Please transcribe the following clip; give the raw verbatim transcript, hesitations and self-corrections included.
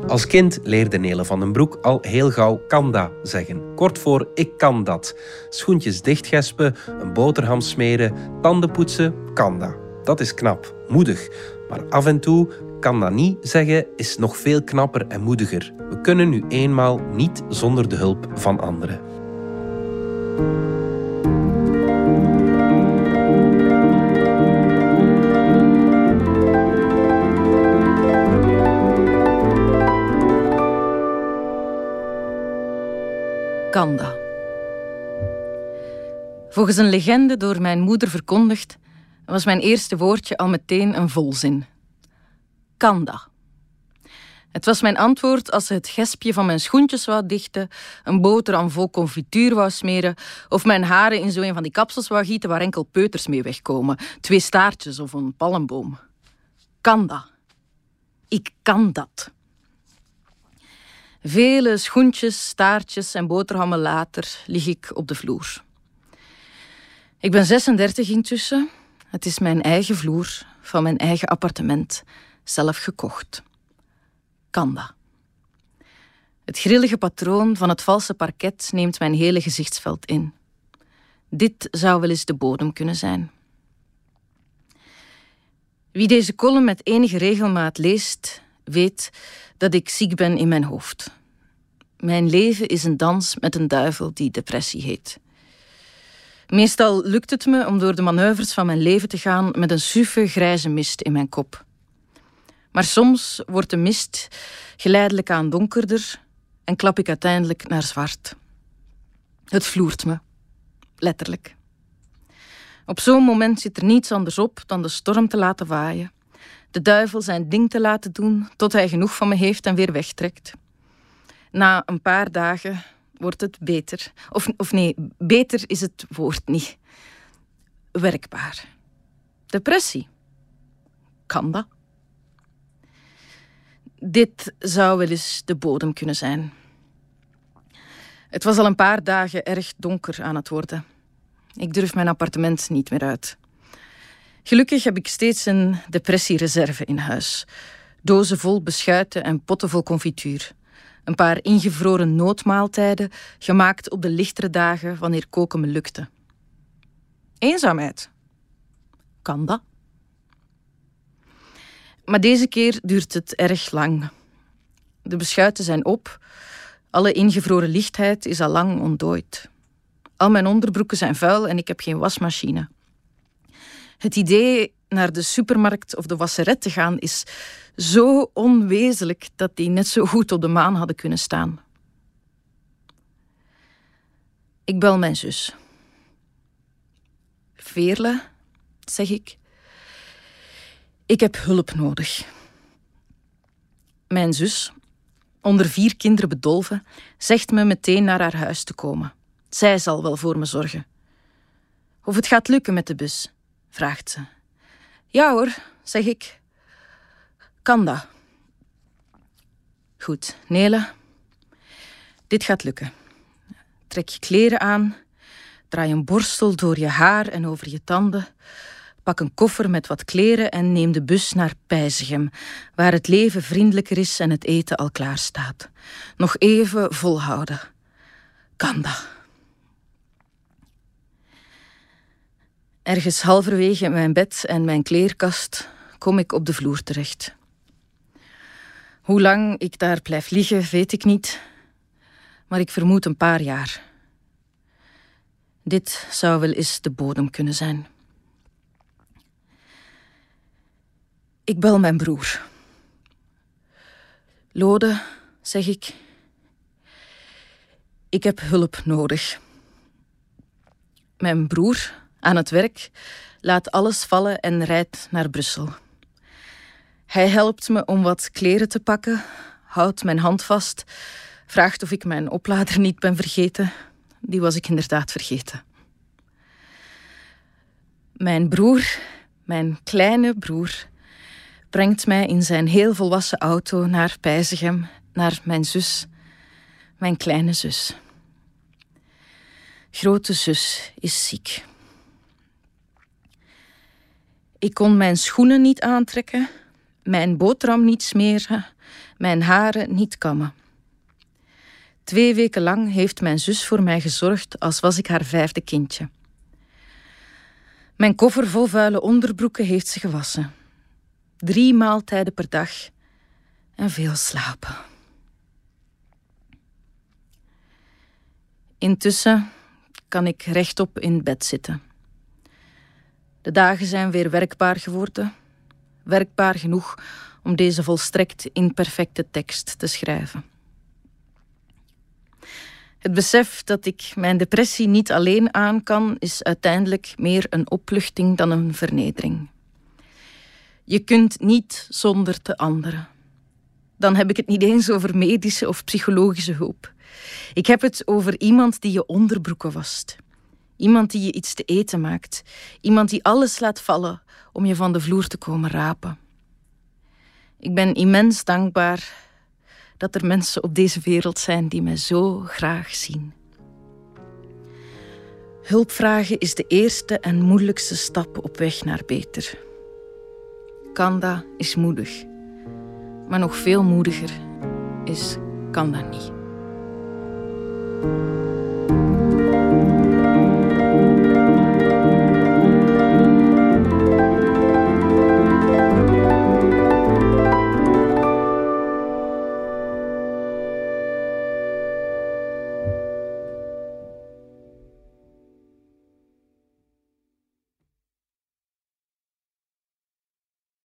Als kind leerde Nele van den Broek al heel gauw kanda zeggen. Kort voor ik kan dat. Schoentjes dichtgespen, een boterham smeren, tanden poetsen, kanda. Dat is knap, moedig. Maar af en toe kanda niet zeggen is nog veel knapper en moediger. We kunnen nu eenmaal niet zonder de hulp van anderen. Kanda. Volgens een legende door mijn moeder verkondigd, was mijn eerste woordje al meteen een volzin. Kanda. Het was mijn antwoord als ze het gespje van mijn schoentjes wou dichten, een boterham vol confituur wou smeren of mijn haren in zo een van die kapsels wou gieten waar enkel peuters mee wegkomen, twee staartjes of een palmboom. Kanda. Ik kan dat. Vele schoentjes, staartjes en boterhammen later lig ik op de vloer. Ik ben zesendertig intussen. Het is mijn eigen vloer van mijn eigen appartement, zelf gekocht. Kanda. Het grillige patroon van het valse parket neemt mijn hele gezichtsveld in. Dit zou wel eens de bodem kunnen zijn. Wie deze column met enige regelmaat leest, weet dat ik ziek ben in mijn hoofd. Mijn leven is een dans met een duivel die depressie heet. Meestal lukt het me om door de manoeuvres van mijn leven te gaan met een suffe grijze mist in mijn kop. Maar soms wordt de mist geleidelijk aan donkerder en klap ik uiteindelijk naar zwart. Het vloert me, letterlijk. Op zo'n moment zit er niets anders op dan de storm te laten waaien, de duivel zijn ding te laten doen tot hij genoeg van me heeft en weer wegtrekt. Na een paar dagen wordt het beter. Of, of nee, beter is het woord niet. Werkbaar. Depressie. Kan dat? Dit zou wel eens de bodem kunnen zijn. Het was al een paar dagen erg donker aan het worden. Ik durf mijn appartement niet meer uit. Gelukkig heb ik steeds een depressiereserve in huis. Dozen vol beschuiten en potten vol confituur. Een paar ingevroren noodmaaltijden, gemaakt op de lichtere dagen wanneer koken me lukte. Eenzaamheid. Kan dat? Maar deze keer duurt het erg lang. De beschuiten zijn op. Alle ingevroren lichtheid is al lang ontdooid. Al mijn onderbroeken zijn vuil en ik heb geen wasmachine. Het idee naar de supermarkt of de wasseret te gaan is zo onwezenlijk dat die net zo goed op de maan hadden kunnen staan. Ik bel mijn zus. Veerle, zeg ik. Ik heb hulp nodig. Mijn zus, onder vier kinderen bedolven, zegt me meteen naar haar huis te komen. Zij zal wel voor me zorgen. Of het gaat lukken met de bus, vraagt ze. Ja hoor, zeg ik. Kan dat? Goed, Nele. Dit gaat lukken. Trek je kleren aan, draai een borstel door je haar en over je tanden, pak een koffer met wat kleren en neem de bus naar Peizegem, waar het leven vriendelijker is en het eten al klaar staat. Nog even volhouden. Kan dat? Ergens halverwege mijn bed en mijn kleerkast kom ik op de vloer terecht. Hoe lang ik daar blijf liggen, weet ik niet, maar ik vermoed een paar jaar. Dit zou wel eens de bodem kunnen zijn. Ik bel mijn broer. Lode, zeg ik. Ik heb hulp nodig. Mijn broer, aan het werk, laat alles vallen en rijdt naar Brussel. Hij helpt me om wat kleren te pakken, houdt mijn hand vast, vraagt of ik mijn oplader niet ben vergeten. Die was ik inderdaad vergeten. Mijn broer, mijn kleine broer, brengt mij in zijn heel volwassen auto naar Peizegem, naar mijn zus, mijn kleine zus. Grote zus is ziek. Ik kon mijn schoenen niet aantrekken. Mijn boterham niet smeren, mijn haren niet kammen. Twee weken lang heeft mijn zus voor mij gezorgd als was ik haar vijfde kindje. Mijn koffer vol vuile onderbroeken heeft ze gewassen. Drie maaltijden per dag en veel slapen. Intussen kan ik rechtop in bed zitten. De dagen zijn weer werkbaar geworden. Werkbaar genoeg om deze volstrekt imperfecte tekst te schrijven. Het besef dat ik mijn depressie niet alleen aan kan, is uiteindelijk meer een opluchting dan een vernedering. Je kunt niet zonder de anderen. Dan heb ik het niet eens over medische of psychologische hulp. Ik heb het over iemand die je onderbroeken wast. Iemand die je iets te eten maakt. Iemand die alles laat vallen om je van de vloer te komen rapen. Ik ben immens dankbaar dat er mensen op deze wereld zijn die mij zo graag zien. Hulp vragen is de eerste en moeilijkste stap op weg naar beter. Kanda is moedig. Maar nog veel moediger is Kanda niet.